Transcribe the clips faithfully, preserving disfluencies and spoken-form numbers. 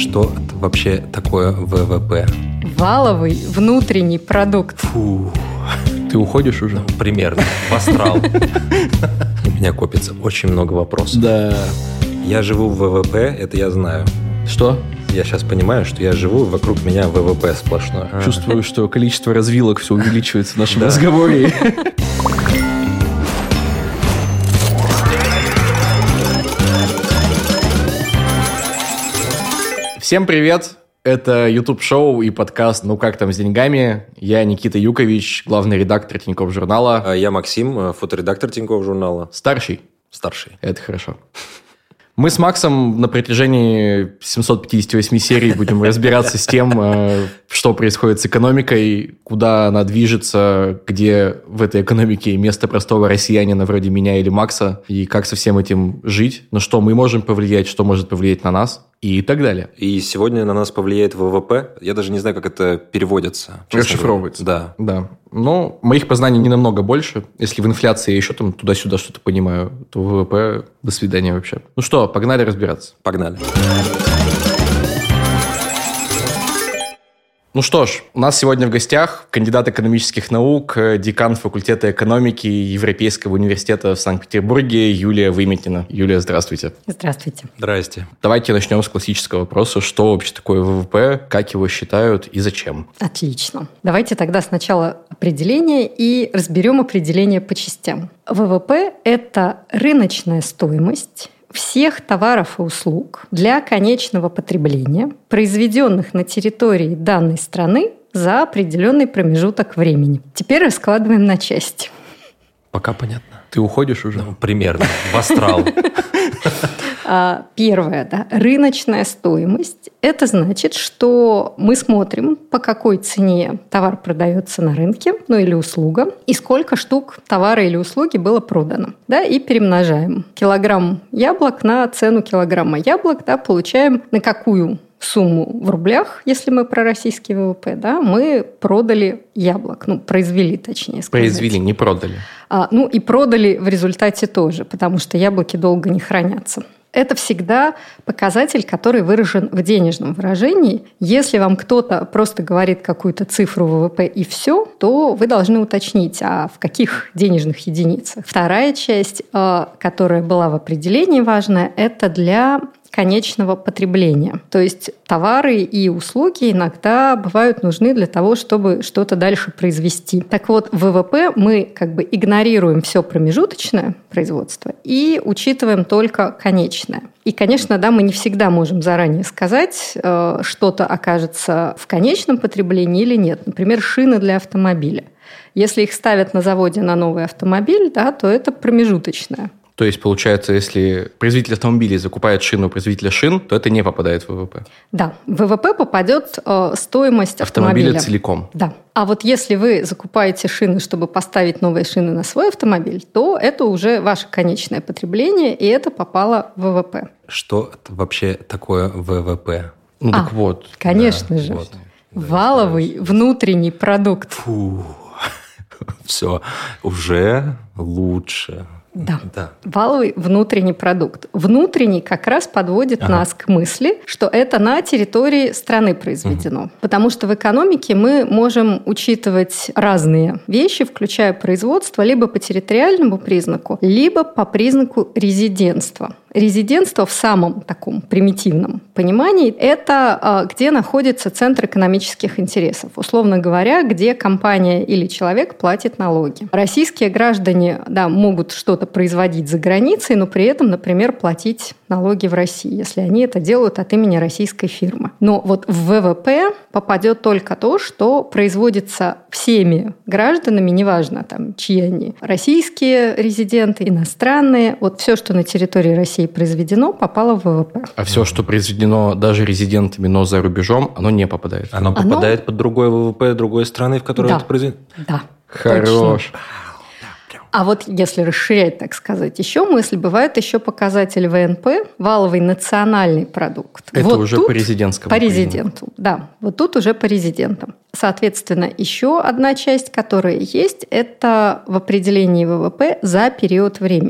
Что это вообще такое вэ вэ пэ? Валовый внутренний продукт. Фу. Ты уходишь уже? Ну, примерно. В астрал. У меня копится очень много вопросов. Да. Я живу в вэ вэ пэ, это я знаю. Что? Я сейчас понимаю, что я живу, вокруг меня вэ вэ пэ сплошное. Чувствую, что количество развилок все увеличивается в нашем разговоре. Всем привет! Это YouTube-шоу и подкаст «Ну как там с деньгами?». Я Никита Юкович, главный редактор Тинькофф журнала. Я Максим, фоторедактор Тинькофф журнала. Старший? Старший. Это хорошо. Мы с Максом на протяжении семисот пятидесяти восьми серий будем разбираться с тем, что происходит с экономикой, куда она движется, где в этой экономике место простого россиянина вроде меня или Макса, и как со всем этим жить, на что мы можем повлиять, что может повлиять на нас и так далее. И сегодня на нас повлияет вэ вэ пэ. Я даже не знаю, как это переводится. Расшифровывается. Да. Да. Но моих познаний не намного больше. Если в инфляции я еще там туда-сюда что-то понимаю, то вэ вэ пэ до свидания вообще. Ну что, погнали разбираться. Погнали. Ну что ж, у нас сегодня в гостях кандидат экономических наук, декан факультета экономики Европейского университета в Санкт-Петербурге Юлия Выметнина. Юлия, здравствуйте. Здравствуйте. Здрасте. Давайте начнем с классического вопроса. Что вообще такое вэ вэ пэ, как его считают и зачем? Отлично. Давайте тогда сначала определение и разберем определение по частям. вэ вэ пэ – это рыночная стоимость всех товаров и услуг для конечного потребления, произведенных на территории данной страны за определенный промежуток времени. Теперь раскладываем на части. Пока понятно. Ты уходишь уже? Ну, примерно. В астрал. Первое, да, рыночная стоимость. Это значит, что мы смотрим, по какой цене товар продается на рынке, ну или услуга, и сколько штук товара или услуги было продано. Да, и перемножаем килограмм яблок на цену килограмма яблок, да, получаем на какую сумму в рублях, если мы про российский вэ вэ пэ, да, мы продали яблок. Ну, произвели, точнее сказать. Произвели, не продали. А, ну, и продали в результате тоже, потому что яблоки долго не хранятся. Это всегда показатель, который выражен в денежном выражении. Если вам кто-то просто говорит какую-то цифру вэ вэ пэ и все, то вы должны уточнить, а в каких денежных единицах. Вторая часть, которая была в определении важная, это для конечного потребления. То есть товары и услуги иногда бывают нужны для того, чтобы что-то дальше произвести. Так вот, в вэ вэ пэ мы как бы игнорируем все промежуточное производство и учитываем только конечное. И, конечно, да, мы не всегда можем заранее сказать, что-то окажется в конечном потреблении или нет. Например, шины для автомобиля. Если их ставят на заводе на новый автомобиль, да, то это промежуточное. То есть, получается, если производитель автомобилей закупает шину у производителя шин, то это не попадает в вэ вэ пэ? Да, в вэ вэ пэ попадет э, стоимость автомобиля. Автомобиля целиком? Да. А вот если вы закупаете шины, чтобы поставить новые шины на свой автомобиль, то это уже ваше конечное потребление, и это попало в вэ вэ пэ. Что это вообще такое вэ вэ пэ? Ну а, так вот. Конечно да, же. Вот. Валовый да, внутренний продукт. Фу, все, уже лучше. Да. да, валовый внутренний продукт. Внутренний как раз подводит ага. нас к мысли, что это на территории страны произведено. Угу. Потому что в экономике мы можем учитывать разные вещи, включая производство, либо по территориальному признаку, либо по признаку резидентства. Резидентство в самом таком примитивном понимании – это где находится центр экономических интересов. Условно говоря, где компания или человек платит налоги. Российские граждане да, могут что-то производить за границей, но при этом, например, платить налоги в России, если они это делают от имени российской фирмы. Но вот в вэ вэ пэ попадет только то, что производится всеми гражданами, неважно, там, чьи они, российские резиденты, иностранные. Вот все, что на территории России произведено, попало в вэ вэ пэ. А все, что произведено даже резидентами, но за рубежом, оно не попадает? Оно попадает оно... под другой вэ вэ пэ другой страны, в которой да. это произведено? Да. Хорош. Точно. А вот если расширять, так сказать, еще мысль, бывает еще показатель вэ эн пэ, валовый национальный продукт. Это вот уже тут, по резидентскому. По резиденту, да. Вот тут уже по резидентам. Соответственно, еще одна часть, которая есть, это в определении вэ вэ пэ за период времени.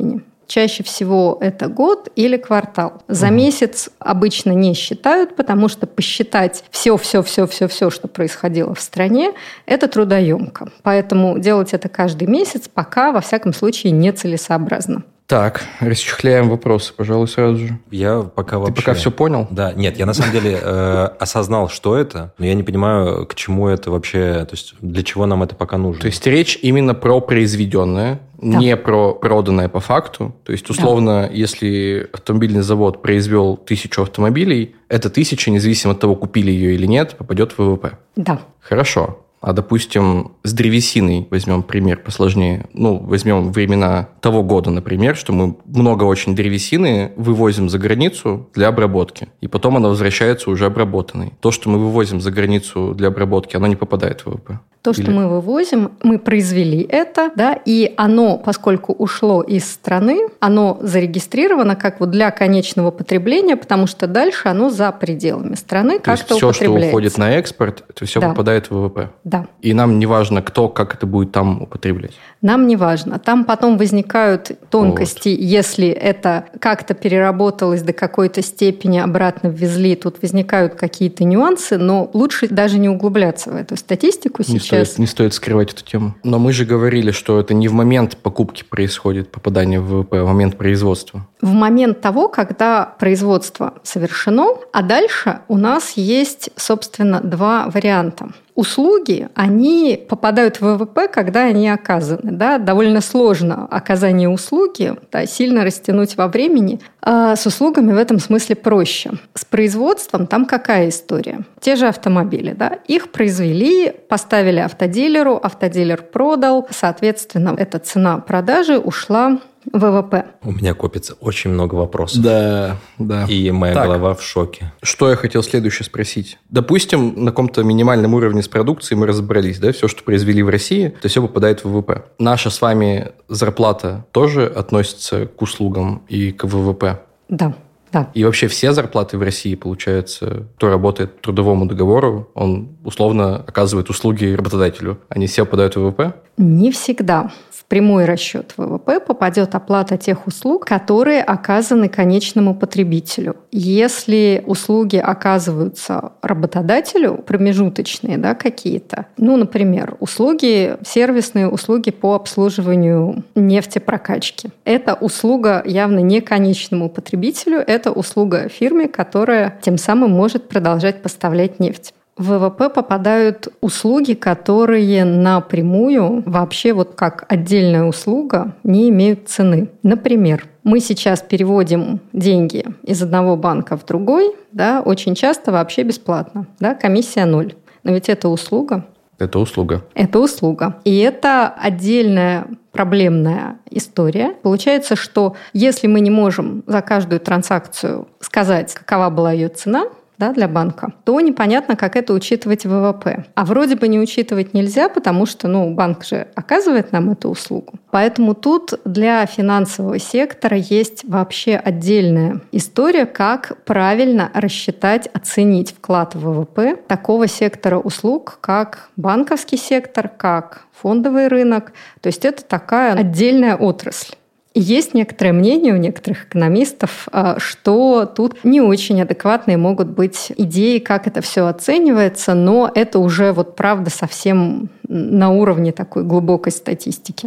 Чаще всего это год или квартал. За угу. месяц обычно не считают, потому что посчитать все-все-все-все-все, что происходило в стране, это трудоемко. Поэтому делать это каждый месяц пока, во всяком случае, нецелесообразно. Так, расчехляем вопросы, пожалуй, сразу же. Я пока вообще... Ты пока все понял? Да, нет, я на самом деле э, осознал, что это, но я не понимаю, к чему это вообще, то есть для чего нам это пока нужно. То есть речь именно про произведенное, да. не про проданное по факту. То есть, условно, да. если автомобильный завод произвел тысячу автомобилей, эта тысяча, независимо от того, купили ее или нет, попадет в ВВП. Да. Хорошо. А, допустим, с древесиной возьмем пример посложнее. Ну, возьмем времена того года, например, что мы много очень древесины вывозим за границу для обработки. И потом она возвращается уже обработанной. То, что мы вывозим за границу для обработки, оно не попадает в ВВП. То, что Или... мы вывозим, мы произвели это, да, и оно, поскольку ушло из страны, оно зарегистрировано как вот для конечного потребления, потому что дальше оно за пределами страны То как-то есть все, употребляется. что уходит на экспорт, это все да. попадает в ВВП. Да. И нам не важно, кто, как это будет там употреблять. Нам не важно. Там потом возникают тонкости, вот. Если это как-то переработалось до какой-то степени, обратно ввезли, тут возникают какие-то нюансы, но лучше даже не углубляться в эту статистику не сейчас. Стоит, не стоит скрывать эту тему. Но мы же говорили, что это не в момент покупки происходит попадание в ВВП, а в момент производства. В момент того, когда производство совершено, а дальше у нас есть, собственно, два варианта. Услуги, они попадают в ВВП, когда они оказаны. Да? Довольно сложно оказание услуги да, сильно растянуть во времени. А с услугами в этом смысле проще. С производством там какая история? Те же автомобили. Да? Их произвели, поставили автодилеру, автодилер продал. Соответственно, эта цена продажи ушла в ВВП. У меня копится очень много вопросов. Да, да. И моя так, голова в шоке. Что я хотел следующее спросить? Допустим, на каком-то минимальном уровне с продукцией мы разобрались, да, все, что произвели в России, это все попадает в ВВП. Наша с вами зарплата тоже относится к услугам и к ВВП? Да. Да. И вообще все зарплаты в России, получается, кто работает по трудовому договору, он условно оказывает услуги работодателю. Они все попадают в ВВП? Не всегда. В прямой расчет ВВП попадет оплата тех услуг, которые оказаны конечному потребителю. Если услуги оказываются работодателю, промежуточные да, какие-то, ну, например, услуги, сервисные услуги по обслуживанию нефтепрокачки. Это услуга явно не конечному потребителю, это услуга фирме, которая тем самым может продолжать поставлять нефть. В ВВП попадают услуги, которые напрямую, вообще вот как отдельная услуга, не имеют цены. Например, мы сейчас переводим деньги из одного банка в другой, да, очень часто вообще бесплатно, да, комиссия ноль. Но ведь это услуга. Это услуга. Это услуга. И это отдельная проблемная история. Получается, что если мы не можем за каждую транзакцию сказать, какова была ее цена, да, для банка, то непонятно, как это учитывать в ВВП. А вроде бы не учитывать нельзя, потому что ну, банк же оказывает нам эту услугу. Поэтому тут для финансового сектора есть вообще отдельная история, как правильно рассчитать, оценить вклад в ВВП такого сектора услуг, как банковский сектор, как фондовый рынок. То есть это такая отдельная отрасль. И есть некоторое мнение у некоторых экономистов, что тут не очень адекватные могут быть идеи, как это все оценивается, но это уже вот правда совсем на уровне такой глубокой статистики.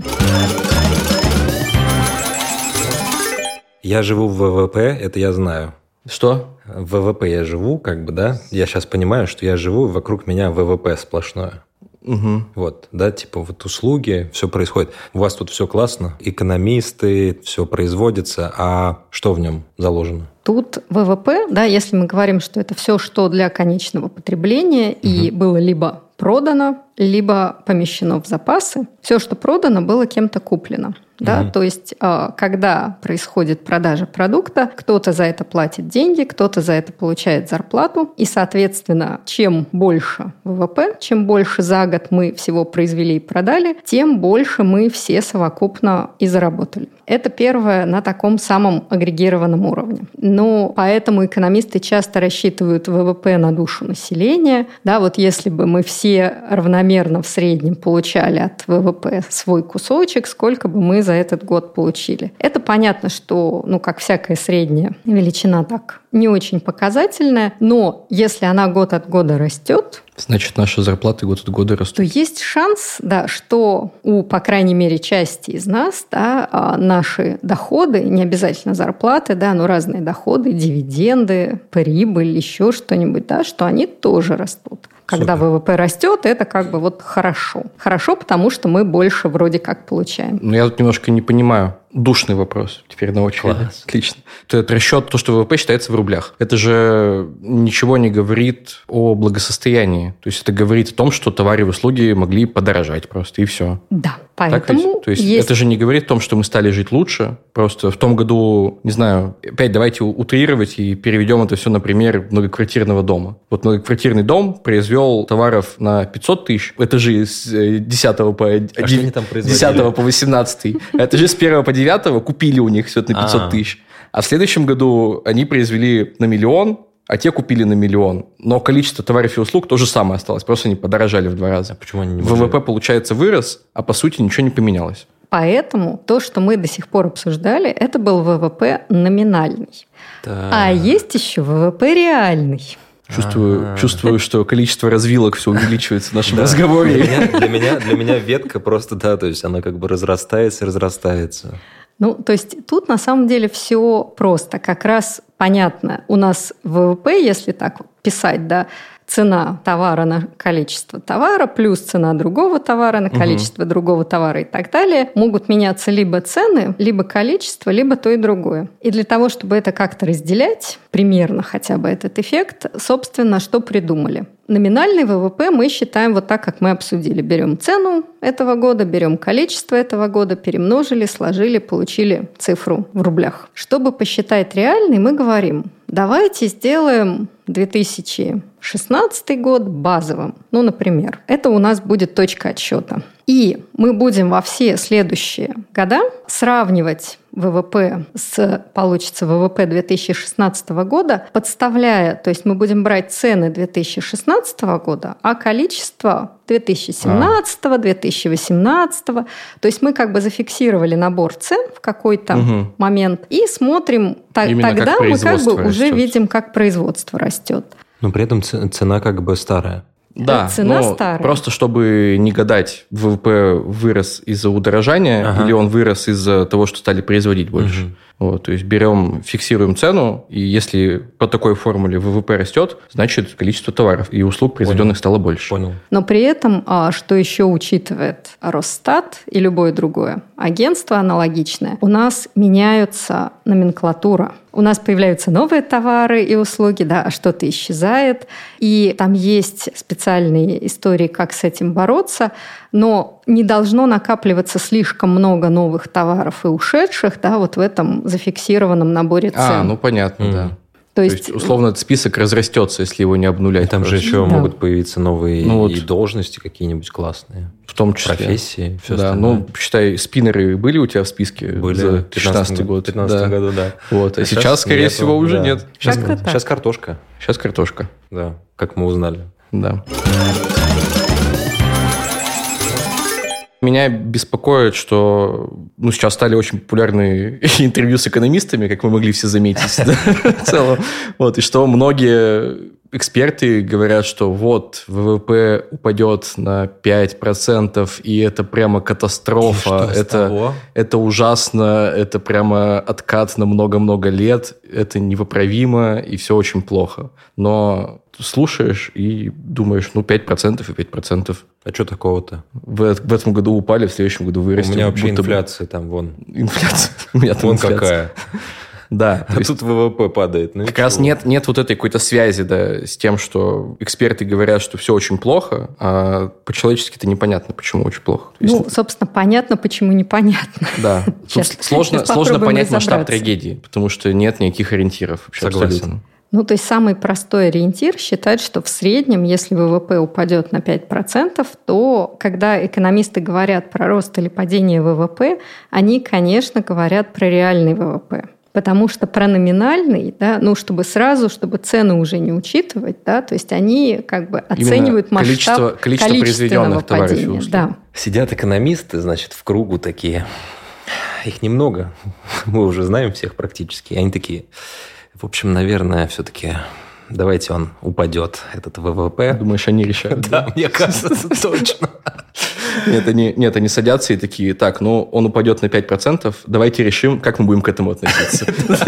Я живу в ВВП, это я знаю. Что? В ВВП я живу, как бы, да? Я сейчас понимаю, что я живу, вокруг меня ВВП сплошное. Угу. Вот, да, типа вот услуги, все происходит. У вас тут все классно, экономисты, все производится, а что в нем заложено? Тут ВВП, да, если мы говорим, что это все, что для конечного потребления, угу. и было либо продано, либо помещено в запасы, все, что продано, было кем-то куплено. Да? Угу. То есть, когда происходит продажа продукта, кто-то за это платит деньги, кто-то за это получает зарплату. И, соответственно, чем больше ВВП, чем больше за год мы всего произвели и продали, тем больше мы все совокупно и заработали. Это первое на таком самом агрегированном уровне. Но поэтому экономисты часто рассчитывают ВВП на душу населения. Да, вот если бы мы все равномерно равномерно в среднем получали от ВВП свой кусочек, сколько бы мы за этот год получили. Это понятно, что, ну, как всякая средняя величина, так не очень показательная, но если она год от года растет, значит, наши зарплаты год от года растут. То есть шанс, да, что у, по крайней мере, части из нас, да, наши доходы, не обязательно зарплаты, да, но разные доходы, дивиденды, прибыль, еще что-нибудь, да, что они тоже растут. Когда Супер. ВВП растет, это как бы вот хорошо. Хорошо, потому что мы больше вроде как получаем. Но я тут немножко не понимаю. Душный вопрос теперь на очереди. Класс. Отлично. Этот расчет, то, что ВВП считается в рублях, это же ничего не говорит о благосостоянии. То есть это говорит о том, что товары и услуги могли подорожать просто, и все. Да, поэтому... То есть есть... это же не говорит о том, что мы стали жить лучше. Просто в том году, не знаю, опять давайте утрировать и переведем это все на пример многоквартирного дома. Вот многоквартирный дом произвел товаров на пятьсот тысяч. Это же с десятого по, а десятого по восемнадцатый. Это же с первого по девятого купили у них все это на пятьсот тысяч. А в следующем году они произвели на миллион, а те купили на миллион. Но количество товаров и услуг то же самое осталось. Просто они подорожали в два раза. А почему они не ВВП, получается, вырос, а по сути ничего не поменялось. Поэтому то, что мы до сих пор обсуждали, это был ВВП номинальный. Да. А есть еще ВВП реальный. Чувствую, чувствую, что количество развилок все увеличивается в нашем да. разговоре. Для меня, для, меня, для меня ветка просто, да, то есть она как бы разрастается и разрастается. Ну, то есть тут на самом деле все просто. Как раз понятно, у нас ВВП, если так писать, да, цена товара на количество товара плюс цена другого товара на количество угу. другого товара и так далее, могут меняться либо цены, либо количество, либо то и другое. И для того, чтобы это как-то разделять, примерно хотя бы этот эффект, собственно, что придумали? Номинальный ВВП мы считаем вот так, как мы обсудили. Берем цену этого года, берем количество этого года, перемножили, сложили, получили цифру в рублях. Чтобы посчитать реальный, мы говорим, давайте сделаем две тысячи шестнадцатый год базовым. Ну, например, это у нас будет точка отсчета. И мы будем во все следующие года сравнивать ВВП с, получится, ВВП две тысячи шестнадцатого года, подставляя, то есть мы будем брать цены две тысячи шестнадцатого года, а количество две тысячи семнадцатого, две тысячи восемнадцатого. То есть мы как бы зафиксировали набор цен в какой-то угу. момент и смотрим, та- тогда мы как бы растет. Уже видим, как производство растет. Но при этом цена как бы старая. Да, цена но старая. Просто чтобы не гадать, ВВП вырос из-за удорожания ага. или он вырос из-за того, что стали производить больше. Угу. Вот, то есть берем, фиксируем цену, и если по такой формуле ВВП растет, значит количество товаров и услуг произведенных Понял. Стало больше. Понял. Но при этом, что еще учитывает Росстат и любое другое агентство аналогичное, у нас меняется номенклатура. У нас появляются новые товары и услуги, да, а что-то исчезает. И там есть специальные истории, как с этим бороться, но не должно накапливаться слишком много новых товаров и ушедших, да, вот в этом зафиксированном наборе цен. А, ну понятно, mm. да. То, То есть, есть, условно, этот список разрастется, если его не обнулять. И там просто. же еще да. могут появиться новые ну, вот. и должности какие-нибудь классные. В том числе. Профессии. Все да, остальное. Ну, считай, спиннеры были у тебя в списке были за пятнадцатый год? В пятнадцатом году, да. Вот. А, а сейчас, сейчас, скорее нету, всего, уже да. нет. Сейчас, сейчас картошка. Сейчас картошка. Да, как мы узнали. Да. Меня беспокоит, что ну, сейчас стали очень популярны интервью с экономистами, как мы могли все заметить в целом. Вот, и что многие эксперты говорят, что вот ВВП упадет на пять процентов, и это прямо катастрофа, это, это ужасно, это прямо откат на много-много лет, это непоправимо, и все очень плохо. Но слушаешь и думаешь, ну, пять процентов и пять процентов. А что такого-то? В, в этом году упали, в следующем году вырастем. У меня вообще инфляция бы... там вон. Инфляция. У меня там вон инфляция. Какая. Да. А тут ВВП падает. Ну как раз нет, нет вот этой какой-то связи, да, с тем, что эксперты говорят, что все очень плохо, а по-человечески это непонятно, почему очень плохо. Ну, есть... собственно, понятно, почему непонятно. Да. Сейчас, сложно, сейчас сложно понять масштаб трагедии, потому что нет никаких ориентиров. Вообще Согласен. Абсолютно. Ну, то есть самый простой ориентир считать, что в среднем, если ВВП упадет на пять процентов, то когда экономисты говорят про рост или падение ВВП, они, конечно, говорят про реальный ВВП. Потому что про номинальный, да, ну, чтобы сразу, чтобы цены уже не учитывать, да, то есть они как бы оценивают Именно масштаб количество, количество произведенных товаров и услуг. Да. Сидят экономисты, значит, в кругу такие. Их немного, мы уже знаем всех практически. Они такие, в общем, наверное, все-таки давайте он упадет, этот ВВП. Думаешь, они решают? Да, мне кажется, точно. Нет, они, нет, они садятся и такие, так, ну, он упадет на пять процентов, давайте решим, как мы будем к этому относиться.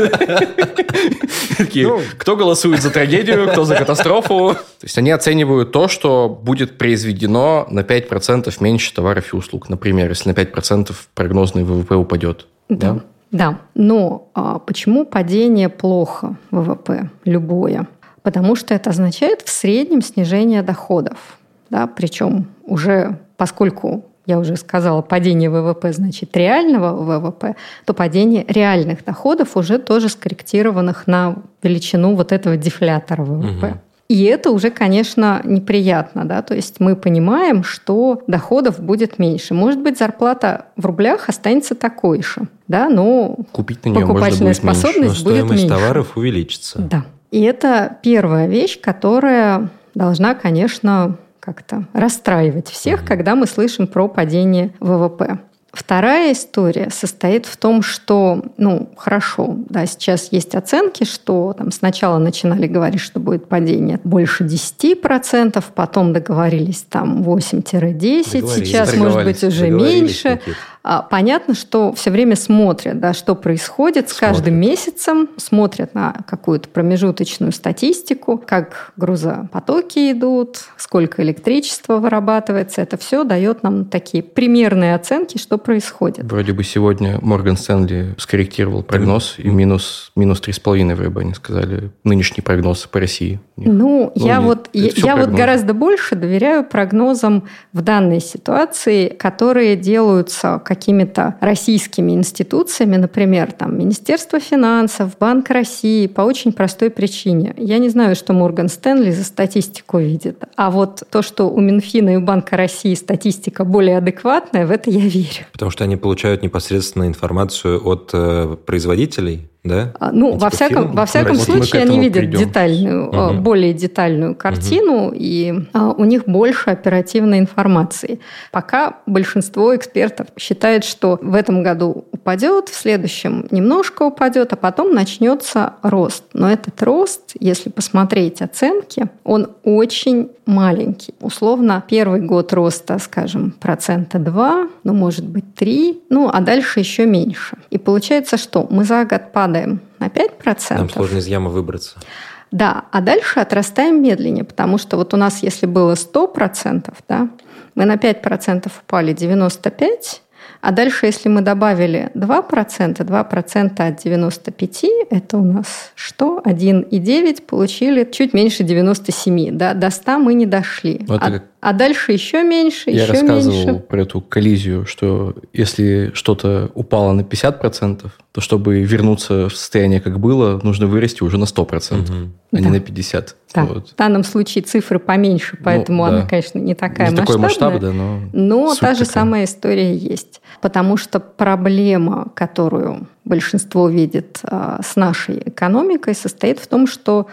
Такие, кто голосует за трагедию, кто за катастрофу. То есть они оценивают то, что будет произведено на пять процентов меньше товаров и услуг. Например, если на пять процентов прогнозный ВВП упадет. Да, да. Но а почему падение плохо ВВП, любое? Потому что это означает в среднем снижение доходов. Да? Причем уже, поскольку я уже сказала, падение ВВП значит реального ВВП, то падение реальных доходов уже тоже скорректированных на величину вот этого дефлятора ВВП. Угу. И это уже, конечно, неприятно. Да? То есть мы понимаем, что доходов будет меньше. Может быть, зарплата в рублях останется такой же, да? Но купить на нее покупательная можно будет способность меньше. Но будет стоимость меньше. товаров увеличится. Да. И это первая вещь, которая должна, конечно, как-то расстраивать всех, mm-hmm. когда мы слышим про падение ВВП. Вторая история состоит в том, что, ну, хорошо, да, сейчас есть оценки, что там сначала начинали говорить, что будет падение больше десять процентов, потом договорились там восемь-десять, сейчас, может быть, уже меньше. А, понятно, что все время смотрят, да, что происходит с смотрят. Каждым месяцем, смотрят на какую-то промежуточную статистику, как грузопотоки идут, сколько электричества вырабатывается. Это все дает нам такие примерные оценки, что происходит. Вроде бы сегодня Морган Стэнли скорректировал прогноз, mm-hmm. и минус, минус три с половиной, вроде бы они сказали, нынешний прогноз по России. Ну, ну я, вот, я, я вот гораздо больше доверяю прогнозам в данной ситуации, которые делаются какими-то российскими институциями, например, там, Министерство финансов, Банк России, по очень простой причине. Я не знаю, что Морган Стэнли за статистику видит, а вот то, что у Минфина и у Банка России статистика более адекватная, в это я верю. Потому что они получают непосредственно информацию от э, производителей, да? Ну, во всяком, во всяком вот случае, они видят придем. детальную, угу. более детальную картину, угу. и а, у них больше оперативной информации. Пока большинство экспертов считает, что в этом году упадет, в следующем немножко упадет, а потом начнется рост. Но этот рост, если посмотреть оценки, он очень маленький. Условно, первый год роста, скажем, процента два, ну, может быть, три, ну, а дальше еще меньше. И получается, что мы за год падаем на пять процентов. Нам сложно из ямы выбраться. Да, а дальше отрастаем медленнее, потому что вот у нас, если было сто процентов, да, мы на пять процентов упали девяносто пять процентов, а дальше, если мы добавили два процента, два процента от девяноста пяти, это у нас что? один и девять получили чуть меньше девяноста семи. Да? До ста мы не дошли. Вот а, а дальше еще меньше, я еще рассказывал меньше. Про эту коллизию, что если что-то упало на пятьдесят процентов, то чтобы вернуться в состояние, как было, нужно вырасти уже на сто процентов, угу. а да. не на пятьдесят процентов. Да. Вот. В данном случае цифры поменьше, поэтому ну, да. она, конечно, не такая не масштабная. Такой масштаб, да, но но та же такая. самая история есть. Потому что проблема, которую большинство видит а, с нашей экономикой, состоит в том, что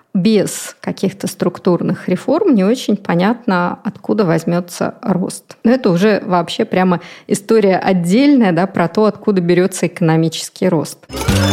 без каких-то структурных реформ не очень понятно, откуда возьмется рост. Но это уже вообще прямо история отдельная, да, про то, откуда берется экономический рост.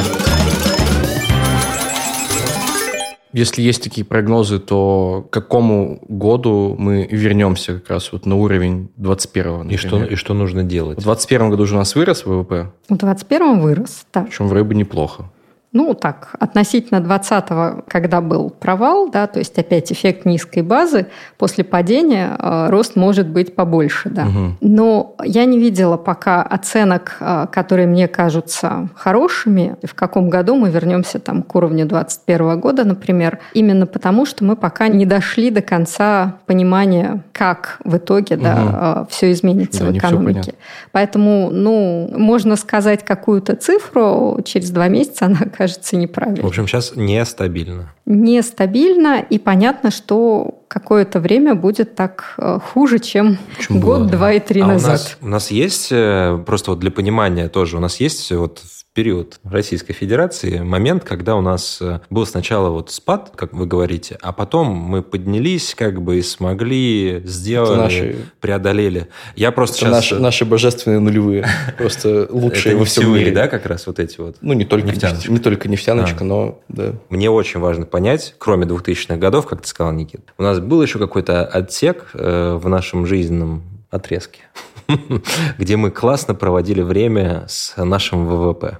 Если есть такие прогнозы, то к какому году мы вернемся как раз вот на уровень двадцать первого, и что, и что нужно делать? В двадцать первом году уже у нас вырос ВВП? В двадцать первом вырос, да. Причем вроде бы неплохо. Ну, так, относительно двадцатого, когда был провал, да, то есть опять эффект низкой базы, после падения э, рост может быть побольше, да. Угу. Но я не видела пока оценок, э, которые мне кажутся хорошими, в каком году мы вернемся там, к уровню двадцать первого года, например, именно потому, что мы пока не дошли до конца понимания, как в итоге угу. да, э, все изменится да, в экономике. Поэтому, ну, можно сказать какую-то цифру, через два месяца она кажется неправильно. В общем, сейчас нестабильно. Нестабильно, и понятно, что какое-то время будет так хуже, чем год, два и три а назад. У нас, у нас есть, просто вот для понимания тоже, у нас есть вот период Российской Федерации момент, когда у нас был сначала вот спад, как вы говорите, а потом мы поднялись, как бы и смогли, сделали, наши... преодолели. Я просто Это сейчас... наши, наши божественные нулевые, просто лучшие во всем мире. Да, как раз вот эти вот? Ну, не только нефтяночка, не только нефтяночка, но да. Мне очень важно понять, кроме двухтысячных годов, как ты сказал, Никит, у нас был еще какой-то отсек в нашем жизненном отрезке, где мы классно проводили время с нашим ВВП.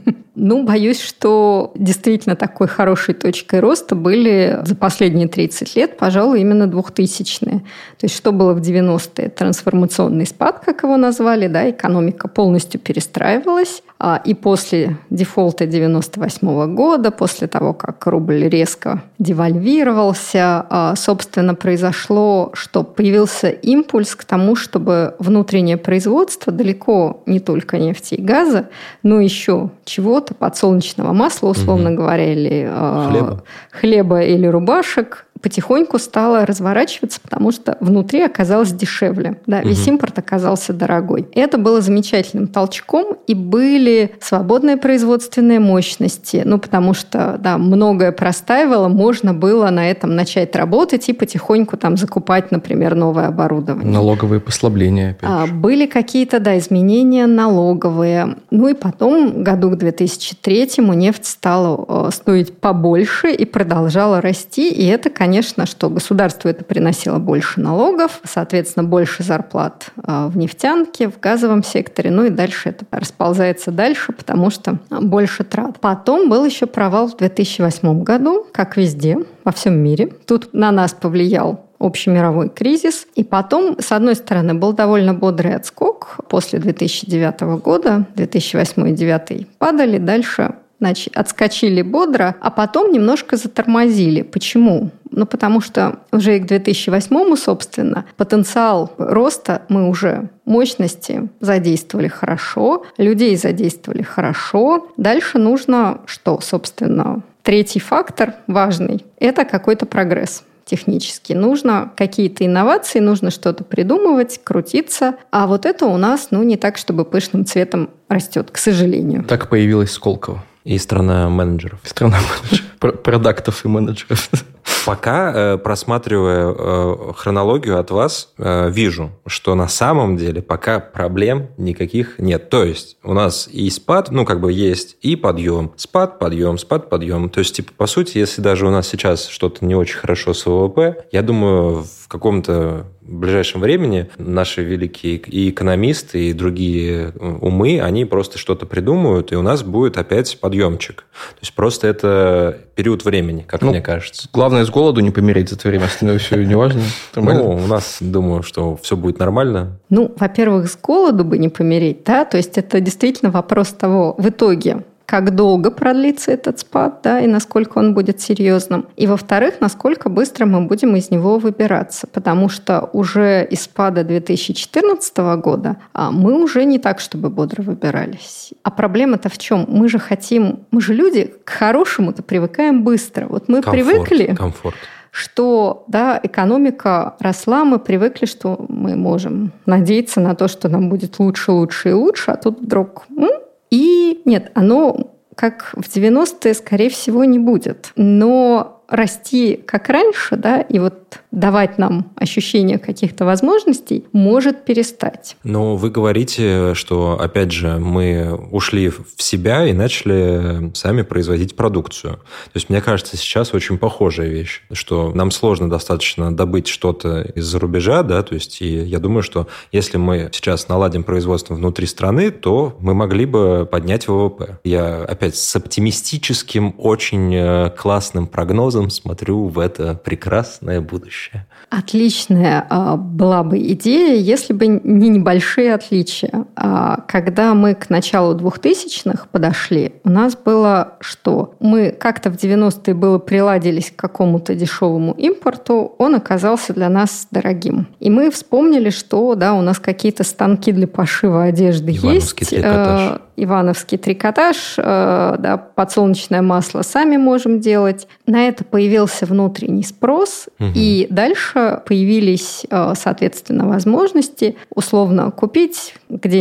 Ну, боюсь, что действительно такой хорошей точкой роста были за последние тридцать лет, пожалуй, именно двухтысячные. То есть, что было в девяностые? Трансформационный спад, как его назвали, да, экономика полностью перестраивалась. И после дефолта девяносто восьмого года, после того, как рубль резко девальвировался, собственно, произошло, что появился импульс к тому, чтобы внутреннее производство далеко не только нефти и газа, но еще чего-то, подсолнечного масла, условно угу. говоря, или хлеба. Э, хлеба или рубашек, потихоньку стало разворачиваться, потому что внутри оказалось дешевле. Да, угу. Весь импорт оказался дорогой. Это было замечательным толчком, и были свободные производственные мощности, ну, потому что да, многое простаивало, можно было на этом начать работать и потихоньку там закупать, например, новое оборудование. Налоговые послабления. Опять а, были какие-то, да, изменения налоговые. Ну и потом, году к две тысячи третьему, нефть стала стоить побольше и продолжала расти, и это, конечно, Конечно, что государству это приносило больше налогов, соответственно, больше зарплат в нефтянке, в газовом секторе, ну и дальше это расползается дальше, потому что больше трат. Потом был еще провал в две тысячи восьмом году, как везде, во всем мире. Тут на нас повлиял общемировой кризис. И потом, с одной стороны, был довольно бодрый отскок. После две тысячи девятого года, две тысячи восьмой и две тысячи девятый падали, дальше значит, отскочили бодро, а потом немножко затормозили. Почему? Ну, потому что уже и к две тысячи восьмому, собственно, потенциал роста мы уже мощности задействовали хорошо, людей задействовали хорошо. Дальше нужно что, собственно? Третий фактор важный – это какой-то прогресс. Технически. Нужно какие-то инновации, нужно что-то придумывать, крутиться. А вот это у нас, ну, не так, чтобы пышным цветом растет, к сожалению. Так появилась Сколково. И страна менеджеров. Страна менеджеров. Продактов и менеджеров. Пока, просматривая хронологию от вас, вижу, что на самом деле пока проблем никаких нет. То есть у нас и спад, ну, как бы есть и подъем. Спад, подъем, спад, подъем. То есть, типа, по сути, если даже у нас сейчас что-то не очень хорошо с ВВП, я думаю, в каком-то в ближайшем времени наши великие и экономисты, и другие умы, они просто что-то придумают, и у нас будет опять подъемчик. То есть просто это период времени, как ну, мне кажется. Главное, с голоду не помереть за это время, остальное все неважно. Ну, у нас, думаю, что все будет нормально. Ну, во-первых, с голоду бы не помереть, да, то есть это действительно вопрос того, в итоге, как долго продлится этот спад, да, и насколько он будет серьезным. И, во-вторых, насколько быстро мы будем из него выбираться. Потому что уже из спада две тысячи четырнадцатого года мы уже не так, чтобы бодро выбирались. А проблема-то в чем? Мы же хотим, мы же люди к хорошему-то привыкаем быстро. Вот мы комфорт, привыкли... Комфорт. что да, экономика росла, мы привыкли, что мы можем надеяться на то, что нам будет лучше, лучше и лучше, а тут вдруг... И нет, оно, как в девяностые, скорее всего, не будет. Но расти как раньше, да, и вот давать нам ощущение каких-то возможностей может перестать. Но вы говорите, что, опять же, мы ушли в себя и начали сами производить продукцию. То есть, мне кажется, сейчас очень похожая вещь, что нам сложно достаточно добыть что-то из-за рубежа, да, то есть, и я думаю, что если мы сейчас наладим производство внутри страны, то мы могли бы поднять ВВП. Я опять с оптимистическим, очень классным прогнозом смотрю в это прекрасное будущее. Отличная была бы идея, если бы не небольшие отличия. Когда мы к началу двухтысячных подошли, у нас было что? Мы как-то в девяностые было приладились к какому-то дешевому импорту, он оказался для нас дорогим. И мы вспомнили, что да, у нас какие-то станки для пошива одежды Ивановский есть. Трикотаж. Ивановский трикотаж, да, подсолнечное масло сами можем делать. На это появился внутренний спрос, угу. и дальше появились, соответственно, возможности условно купить где-нибудь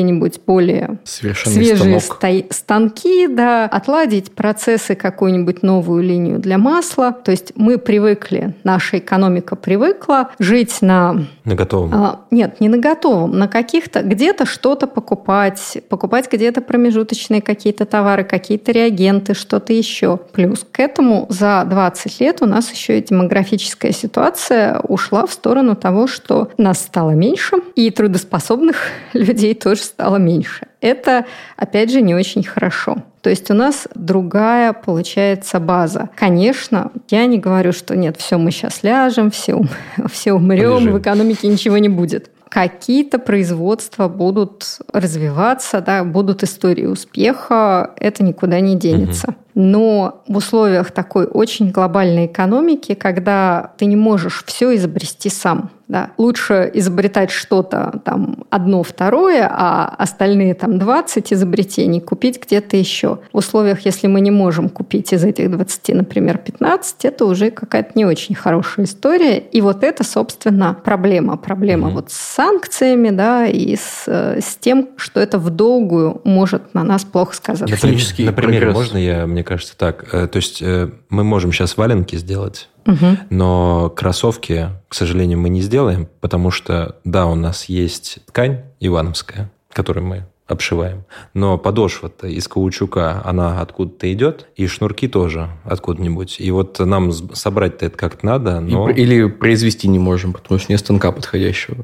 где-нибудь более свежие станок. станки, да, отладить процессы, какую-нибудь новую линию для масла. То есть мы привыкли, наша экономика привыкла жить на... На готовом? А, нет, не на готовом, на каких-то, где-то что-то покупать, покупать где-то промежуточные какие-то товары, какие-то реагенты, что-то еще. Плюс к этому за двадцать лет у нас еще и демографическая ситуация ушла в сторону того, что нас стало меньше, и трудоспособных людей тоже стало меньше. Это, опять же, не очень хорошо. То есть у нас другая, получается, база. Конечно, я не говорю, что нет, все, мы сейчас ляжем, все, ум, все умрем, Полежим. В экономике ничего не будет. Какие-то производства будут развиваться, да, будут истории успеха, это никуда не денется. Угу. Но в условиях такой очень глобальной экономики, когда ты не можешь все изобрести сам, да, лучше изобретать что-то там одно, второе, а остальные там двадцать изобретений купить где-то еще. В условиях, если мы не можем купить из этих двадцати, например, пятнадцать, это уже какая-то не очень хорошая история. И вот это, собственно, проблема. Проблема mm-hmm. вот с санкциями, да, и с, с тем, что это в долгую может на нас плохо сказаться. Технический Например, прогресс. Можно я, мне кажется, так. То есть мы можем сейчас валенки сделать, угу. но кроссовки, к сожалению, мы не сделаем, потому что, да, у нас есть ткань ивановская, которую мы обшиваем, но подошва-то из каучука, она откуда-то идет, и шнурки тоже откуда-нибудь. И вот нам собрать-то это как-то надо, но... Или произвести не можем, потому что нет станка подходящего.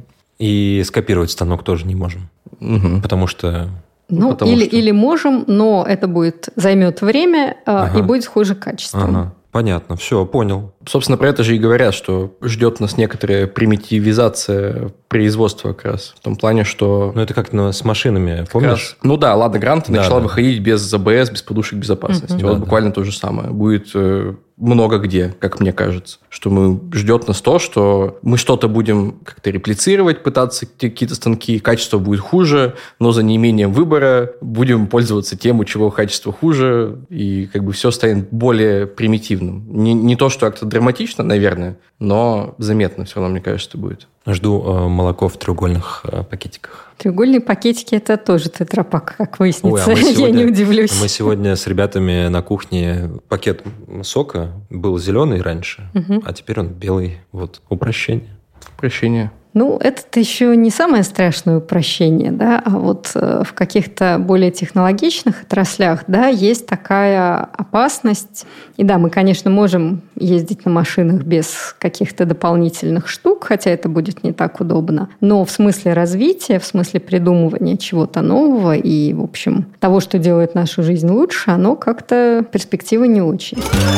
И скопировать станок тоже не можем, угу. потому что... Ну, потому или, что... или можем, но это будет займет время ага. и будет хуже качества. Ага. Понятно, все, понял. Собственно, про это же и говорят, что ждет нас некоторая примитивизация производства как раз. В том плане, что... Ну, это как ну, с машинами, помнишь? Раз... Ну да, Лада Гранта да, начала да. выходить без АБС, без подушек безопасности. Угу. Вот да, буквально да. то же самое. Будет э, много где, как мне кажется. Что мы ждет нас то, что мы что-то будем как-то реплицировать, пытаться какие-то станки, качество будет хуже, но за неимением выбора будем пользоваться тем, у чего качество хуже, и как бы все станет более примитивным. Не, не то, что как-то драматично, наверное, но заметно все равно, мне кажется, будет. Жду э, молоко в треугольных э, пакетиках. Треугольные пакетики – это тоже тетрапак, как выяснится. Ой, а сегодня, я не удивлюсь. Мы сегодня с ребятами на кухне пакет сока был зеленый раньше, угу. а теперь он белый. Вот, упрощение. Упрощение. Ну, это еще не самое страшное упрощение, да, а вот в каких-то более технологичных отраслях, да, есть такая опасность. И да, мы, конечно, можем ездить на машинах без каких-то дополнительных штук, хотя это будет не так удобно. Но в смысле развития, в смысле придумывания чего-то нового и, в общем, того, что делает нашу жизнь лучше, оно как-то перспектива не очень.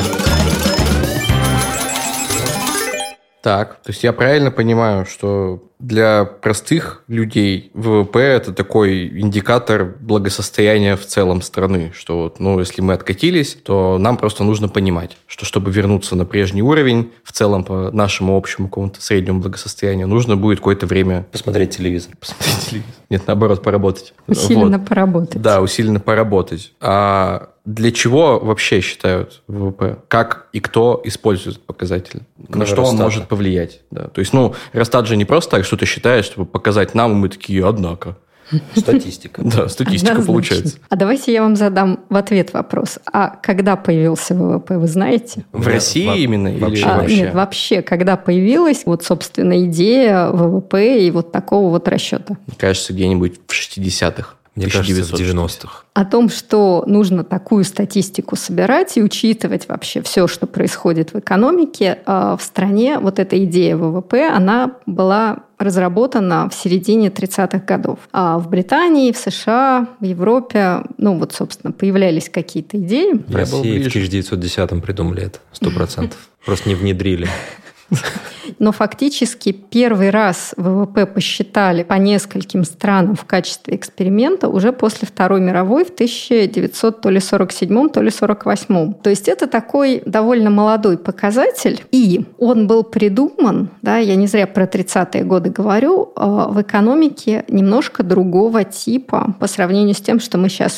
Так, то есть я правильно понимаю, что для простых людей ВВП – это такой индикатор благосостояния в целом страны, что вот, ну, если мы откатились, то нам просто нужно понимать, что чтобы вернуться на прежний уровень, в целом по нашему общему какому-то среднему благосостоянию, нужно будет какое-то время… Посмотреть телевизор. Посмотреть телевизор. Нет, наоборот, поработать. Усиленно вот. поработать. Да, усиленно поработать. А для чего вообще считают ВВП? Как и кто использует показатель? На Кроме что он Росстата. может повлиять? Да. То есть, ну, Росстат же не просто так что-то считает, чтобы показать нам, и мы такие, однако. Статистика. Да, статистика Однозначно. Получается. А давайте я вам задам в ответ вопрос. А когда появился ВВП, вы знаете? В России Во- именно? вообще, или А, вообще? Нет, вообще, когда появилась вот, собственно, идея ВВП и вот такого вот расчета? Мне кажется, где-нибудь в шестидесятых. Мне кажется, в девяностых. О том, что нужно такую статистику собирать и учитывать вообще все, что происходит в экономике, в стране вот эта идея ВВП, она была разработана в середине тридцатых годов. А в Британии, в США, в Европе, ну вот, собственно, появлялись какие-то идеи. В России в тысяча девятьсот десятом придумали это, сто процентов. Просто не внедрили. Но фактически первый раз ВВП посчитали по нескольким странам в качестве эксперимента уже после Второй мировой в тысяча девятьсот сорок седьмом - сорок восьмом. То есть это такой довольно молодой показатель, и он был придуман, да, я не зря про тридцатые годы говорю, в экономике немножко другого типа по сравнению с тем, что мы сейчас имеем.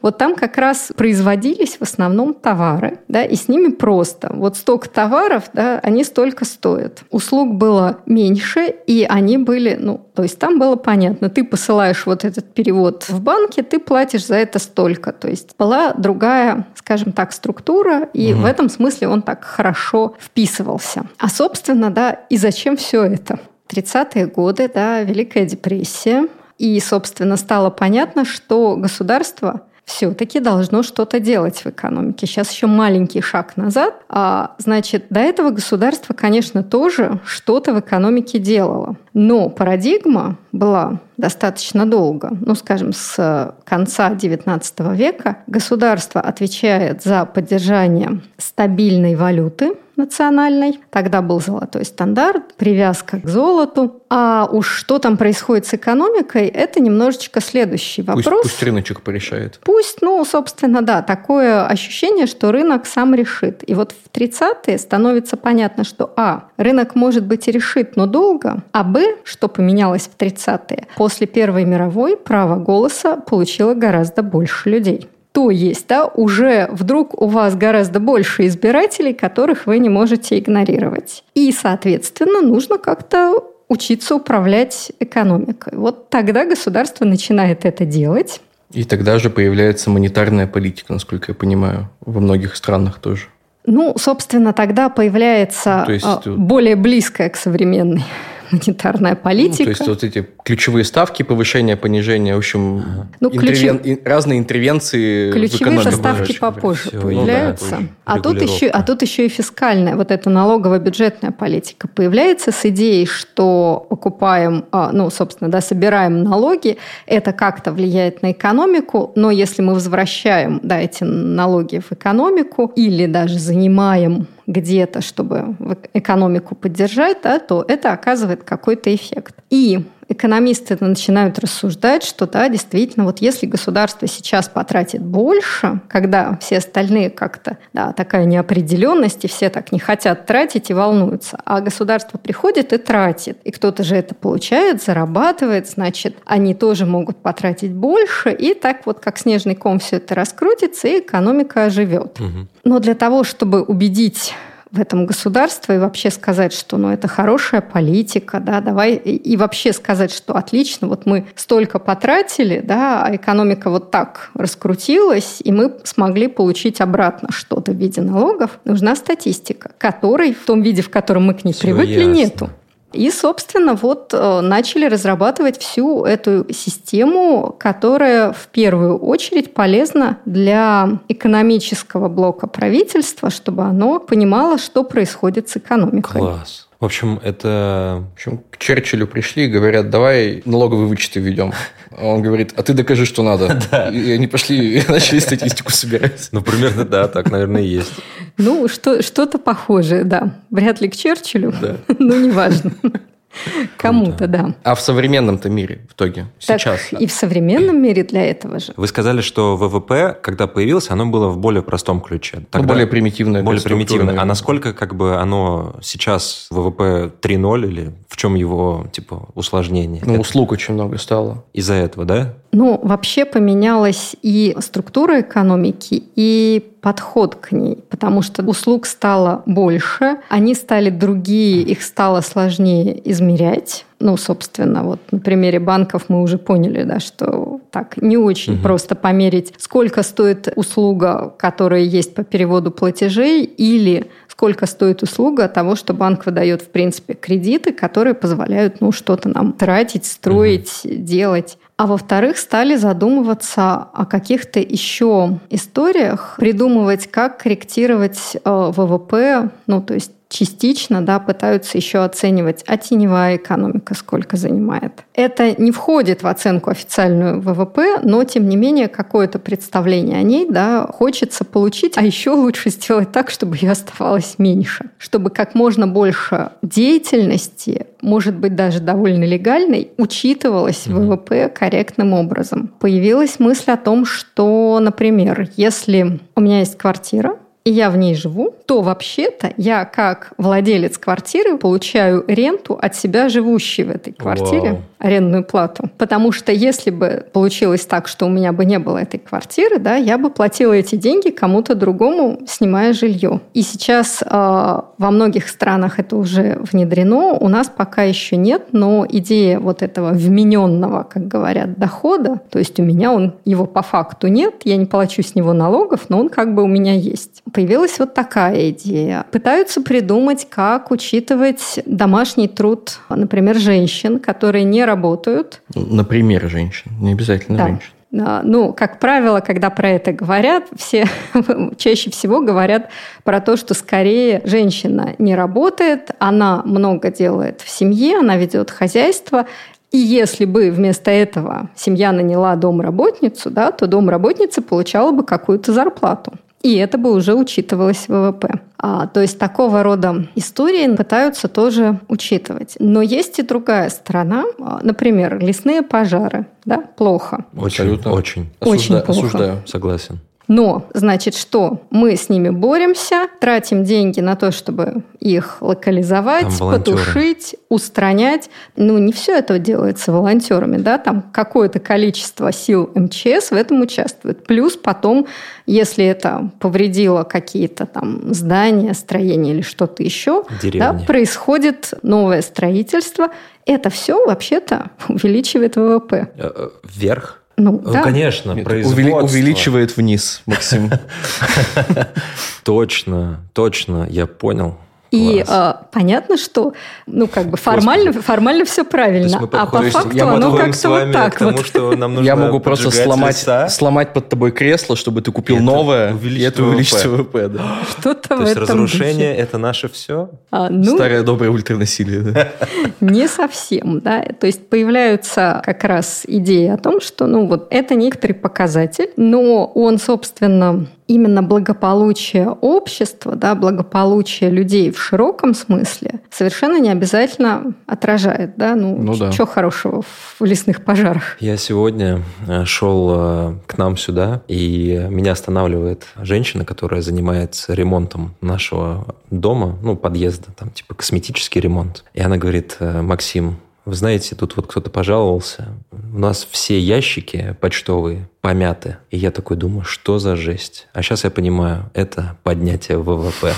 Вот там как раз производились в основном товары, да, и с ними просто. Вот столько товаров, да, они столько стоят. Услуг было меньше, и они были, ну, то есть там было понятно, ты посылаешь вот этот перевод в банке, ты платишь за это столько. То есть была другая, скажем так, структура, и угу. в этом смысле он так хорошо вписывался. А, собственно, да, и зачем все это? тридцатые годы, да, Великая депрессия, и, собственно, стало понятно, что государство все-таки должно что-то делать в экономике. Сейчас еще маленький шаг назад. А, значит, до этого государство, конечно, тоже что-то в экономике делало. Но парадигма была достаточно долго. Ну, скажем, с конца девятнадцатого века государство отвечает за поддержание стабильной валюты национальной. Тогда был золотой стандарт, привязка к золоту. А уж что там происходит с экономикой, это немножечко следующий вопрос. Пусть, пусть рыночек порешает. Пусть, ну, собственно, да, такое ощущение, что рынок сам решит. И вот в тридцатые становится понятно, что а, рынок, может быть, и решит, но долго, а б, что поменялось в тридцатые, после Первой мировой право голоса получило гораздо больше людей. То есть, да, уже вдруг у вас гораздо больше избирателей, которых вы не можете игнорировать. И, соответственно, нужно как-то учиться управлять экономикой. Вот тогда государство начинает это делать. И тогда же появляется монетарная политика, насколько я понимаю, во многих странах тоже. Ну, собственно, тогда появляется То есть, более близкая к современной монетарная политика. Ну, то есть вот эти ключевые ставки, повышение, понижение, в общем, ну, интервен... ключ... разные интервенции ключевые в экономике. ставки попозже Все, появляются. Ну, да, а, тут еще, а тут еще и фискальная, вот эта налогово-бюджетная политика появляется с идеей, что покупаем, ну, собственно, да, собираем налоги, это как-то влияет на экономику, но если мы возвращаем, да, эти налоги в экономику или даже занимаем где-то, чтобы экономику поддержать, да, то это оказывает какой-то эффект. И экономисты начинают рассуждать, что да, действительно, вот если государство сейчас потратит больше, когда все остальные как-то, да, такая неопределенность, и все так не хотят тратить и волнуются, а государство приходит и тратит, и кто-то же это получает, зарабатывает, значит, они тоже могут потратить больше, и так вот как снежный ком все это раскрутится, и экономика оживет. Угу. Но для того, чтобы убедить в этом государство и вообще сказать, что ну, это хорошая политика, да, давай, и, и вообще сказать, что отлично, вот мы столько потратили, да, а экономика вот так раскрутилась, и мы смогли получить обратно что-то в виде налогов, нужна статистика, которой в том виде, в котором мы к ней Всё привыкли, ясно. нету. И, собственно, вот начали разрабатывать всю эту систему, которая в первую очередь полезна для экономического блока правительства, чтобы оно понимало, что происходит с экономикой. Класс. В общем, это... В общем, к Черчиллю пришли и говорят, давай налоговые вычеты введем. А он говорит, а ты докажи, что надо. И они пошли и начали статистику собирать. Ну, примерно, да, так, наверное, и есть. Ну, что, что-то похожее, да. Вряд ли к Черчиллю, но неважно. Кому-то, да. А в современном-то мире в итоге так сейчас? И в современном мире для этого же. Вы сказали, что ВВП, когда появилось, оно было в более простом ключе. Ну, Тогда более примитивное. Более примитивное. А насколько как бы оно сейчас ВВП три ноль или в чем его типа усложнение? Ну, Это услуг очень много стало. из-за этого, да? Ну, вообще поменялась и структура экономики, и подход к ней, потому что услуг стало больше, они стали другие, их стало сложнее измерять. Ну, собственно, вот на примере банков мы уже поняли, да, что так не очень угу. просто померить, сколько стоит услуга, которая есть по переводу платежей, или сколько стоит услуга того, что банк выдает, в принципе, кредиты, которые позволяют, ну, что-то нам тратить, строить, угу. делать. А во-вторых, стали задумываться о каких-то еще историях, придумывать, как корректировать э, ВВП, ну, то есть частично, да, пытаются еще оценивать, а теневая экономика сколько занимает. Это не входит в оценку официальную ВВП, но, тем не менее, какое-то представление о ней, да, хочется получить, а еще лучше сделать так, чтобы ее оставалось меньше, чтобы как можно больше деятельности, может быть, даже довольно легальной, учитывалось mm-hmm. ВВП корректным образом. Появилась мысль о том, что, например, если у меня есть квартира, и я в ней живу, то вообще-то я как владелец квартиры получаю ренту от себя, живущей в этой квартире, Вау. арендную плату. Потому что если бы получилось так, что у меня бы не было этой квартиры, да, я бы платила эти деньги кому-то другому, снимая жилье. И сейчас э, во многих странах это уже внедрено, у нас пока еще нет, но идея вот этого вмененного, как говорят, дохода, то есть у меня он, его по факту нет, я не плачу с него налогов, но он как бы у меня есть. Появилась вот такая идея. Пытаются придумать, как учитывать домашний труд, например, женщин, которые не работают. Например, женщин, не обязательно да. женщин. Ну, как правило, когда про это говорят, все чаще всего говорят про то, что скорее женщина не работает, она много делает в семье, она ведет хозяйство. И если бы вместо этого семья наняла домработницу, да, то домработница получала бы какую-то зарплату. И это бы уже учитывалось в ВВП. А, то есть такого рода истории пытаются тоже учитывать. Но есть и другая сторона. Например, лесные пожары. Да, плохо. Очень, очень. Очень Осужда... плохо. Осуждаю. Согласен. Но, значит, что? Мы с ними боремся, тратим деньги на то, чтобы их локализовать, потушить, устранять. Ну, не все это делается волонтерами, да, там какое-то количество сил эм че эс в этом участвует. Плюс потом, если это повредило какие-то там здания, строения или что-то еще, да, происходит новое строительство. Это все вообще-то увеличивает ВВП. Вверх? Ну, да. Конечно, Нет, производство. Увеличивает вниз, Максим. Точно, точно, я понял. И э, понятно, что ну, как бы формально, формально все правильно, а по факту я оно как-то вот так тому, вот. Что нам нужно я могу просто сломать, сломать под тобой кресло, чтобы ты купил и новое, и это увеличит ВВП. Да. Что-то То в есть этом разрушение духе. Это наше все? А, ну, старое доброе ультранасилие. Да? Не совсем, да. То есть появляются как раз идеи о том, что ну, вот это некоторый показатель, но он, собственно, именно благополучие общества, да, благополучие людей в широком смысле совершенно не обязательно отражает. Да? Ну, ну да. Чего хорошего в лесных пожарах? Я сегодня шел к нам сюда, и меня останавливает женщина, которая занимается ремонтом нашего дома, ну, подъезда, там типа косметический ремонт. И она говорит: Максим, вы знаете, тут вот кто-то пожаловался, у нас все ящики почтовые помяты. И я такой думаю, что за жесть? А сейчас я понимаю, это поднятие ВВП.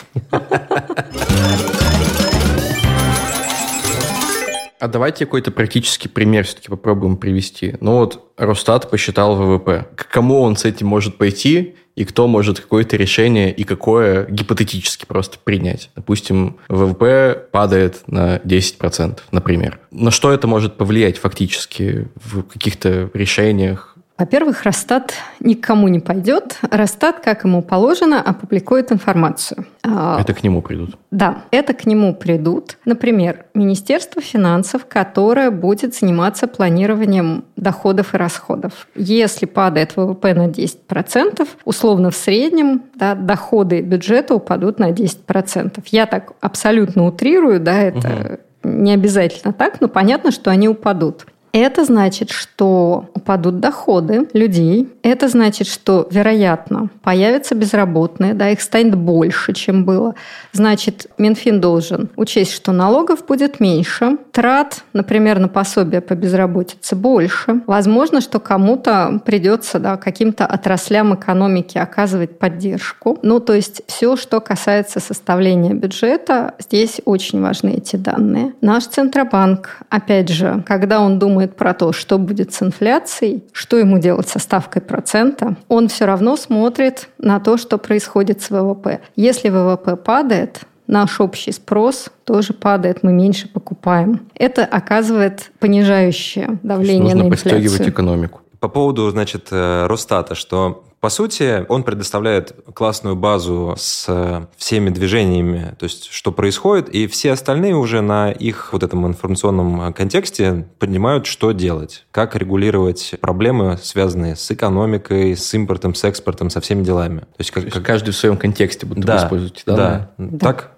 А давайте какой-то практический пример все-таки попробуем привести. Ну вот Росстат посчитал ВВП. К кому он с этим может пойти, и кто может какое-то решение и какое гипотетически просто принять? Допустим, ВВП падает на десять процентов, например. На что это может повлиять фактически в каких-то решениях? Во-первых, Росстат никому не пойдет. Росстат, как ему положено, опубликует информацию. Это к нему придут? Да, это к нему придут. Например, Министерство финансов, которое будет заниматься планированием доходов и расходов. Если падает ВВП на десять процентов, условно в среднем да, доходы бюджета упадут на десять процентов. Я так абсолютно утрирую, да, это угу. не обязательно так, но понятно, что они упадут. Это значит, что упадут доходы людей. Это значит, что, вероятно, появятся безработные, да, их станет больше, чем было. Значит, Минфин должен учесть, что налогов будет меньше, трат, например, на пособие по безработице больше. Возможно, что кому-то придется да, каким-то отраслям экономики оказывать поддержку. Ну, то есть все, что касается составления бюджета, здесь очень важны эти данные. Наш Центробанк, опять же, когда он думает про то, что будет с инфляцией, что ему делать со ставкой процента, он все равно смотрит на то, что происходит с ВВП. Если ВВП падает, наш общий спрос тоже падает, мы меньше покупаем. Это оказывает понижающее давление на инфляцию. Нужно подстегивать экономику. По поводу, значит, Росстата, что по сути, он предоставляет классную базу с всеми движениями, то есть что происходит, и все остальные уже на их вот этом информационном контексте понимают, что делать, как регулировать проблемы, связанные с экономикой, с импортом, с экспортом, со всеми делами. То есть, как, то есть как... каждый в своем контексте будут да, использовать данные? Да, да, так? Да.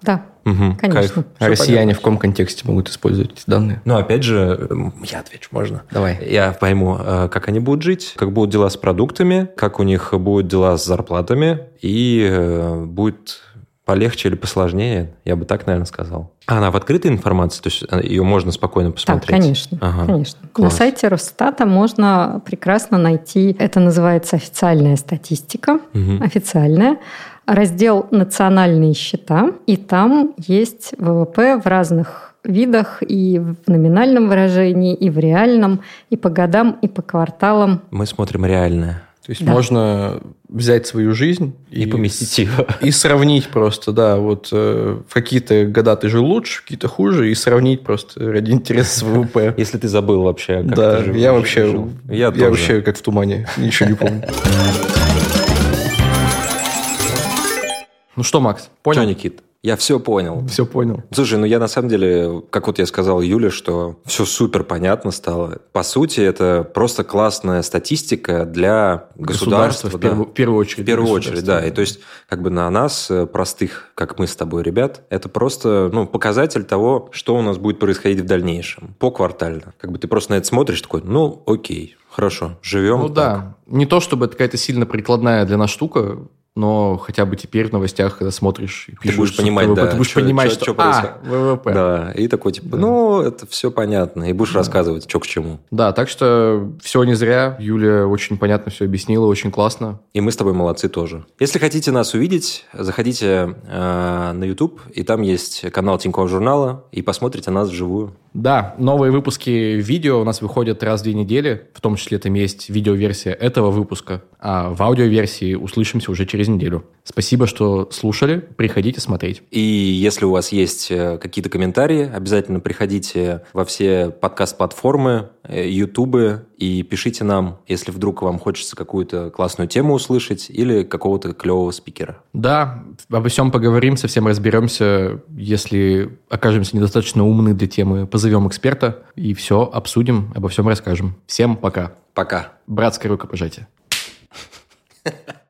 Угу, конечно. Кайф. А россияне понятно. В каком контексте могут использовать эти данные? Ну, опять же, я отвечу, можно? Давай. Я пойму, как они будут жить, как будут дела с продуктами, как у них будут дела с зарплатами, и будет полегче или посложнее, я бы так, наверное, сказал. А она в открытой информации, то есть ее можно спокойно посмотреть? Да, конечно. Ага. конечно. На сайте Росстата можно прекрасно найти, это называется официальная статистика, угу. официальная, раздел «Национальные счета», и там есть ВВП в разных видах, и в номинальном выражении, и в реальном, и по годам, и по кварталам. Мы смотрим реальное. То есть да. можно взять свою жизнь и, и поместить ее. И сравнить просто, да, вот э, в какие-то года ты жил лучше, в какие-то хуже, и сравнить просто ради интереса с ВВП. Если ты забыл вообще, как да, ты жил. Я вообще, жил. Я, я вообще как в тумане, ничего не помню. Ну что, Макс, понял? Что, Никит? Я все понял. Все понял. Слушай, ну я на самом деле, как вот я сказал Юле, что все супер понятно стало. По сути, это просто классная статистика для государства. государства в, да. первую, в первую очередь. В первую очередь, да. И то есть, как бы на нас, простых, как мы с тобой, ребят, это просто ну, показатель того, что у нас будет происходить в дальнейшем. Поквартально. Как бы ты просто на это смотришь, такой, ну, окей, хорошо, живем. Ну так. да. Не то, чтобы это какая-то сильно прикладная для нас штука, но хотя бы теперь в новостях, когда смотришь и пишешь, ты будешь понимать, ВВП, да, ты будешь что, понимать, что, что, что а, ВВП. Да, и такой типа, да. ну, это все понятно, и будешь да. рассказывать, что к чему. Да, так что все не зря. Юля очень понятно все объяснила, очень классно. И мы с тобой молодцы тоже. Если хотите нас увидеть, заходите э, на YouTube, и там есть канал Тинькофф журнала, и посмотрите нас вживую. Да, новые выпуски видео у нас выходят раз в две недели, в том числе там есть видеоверсия этого выпуска, а в аудиоверсии услышимся уже через неделю. Спасибо, что слушали, приходите смотреть. И если у вас есть какие-то комментарии, обязательно приходите во все подкаст-платформы, ютубы и пишите нам, если вдруг вам хочется какую-то классную тему услышать или какого-то клевого спикера. Да, обо всем поговорим, совсем разберемся. Если окажемся недостаточно умны для темы, позовем эксперта и все обсудим, обо всем расскажем. Всем пока. Пока. Братское рукопожатие.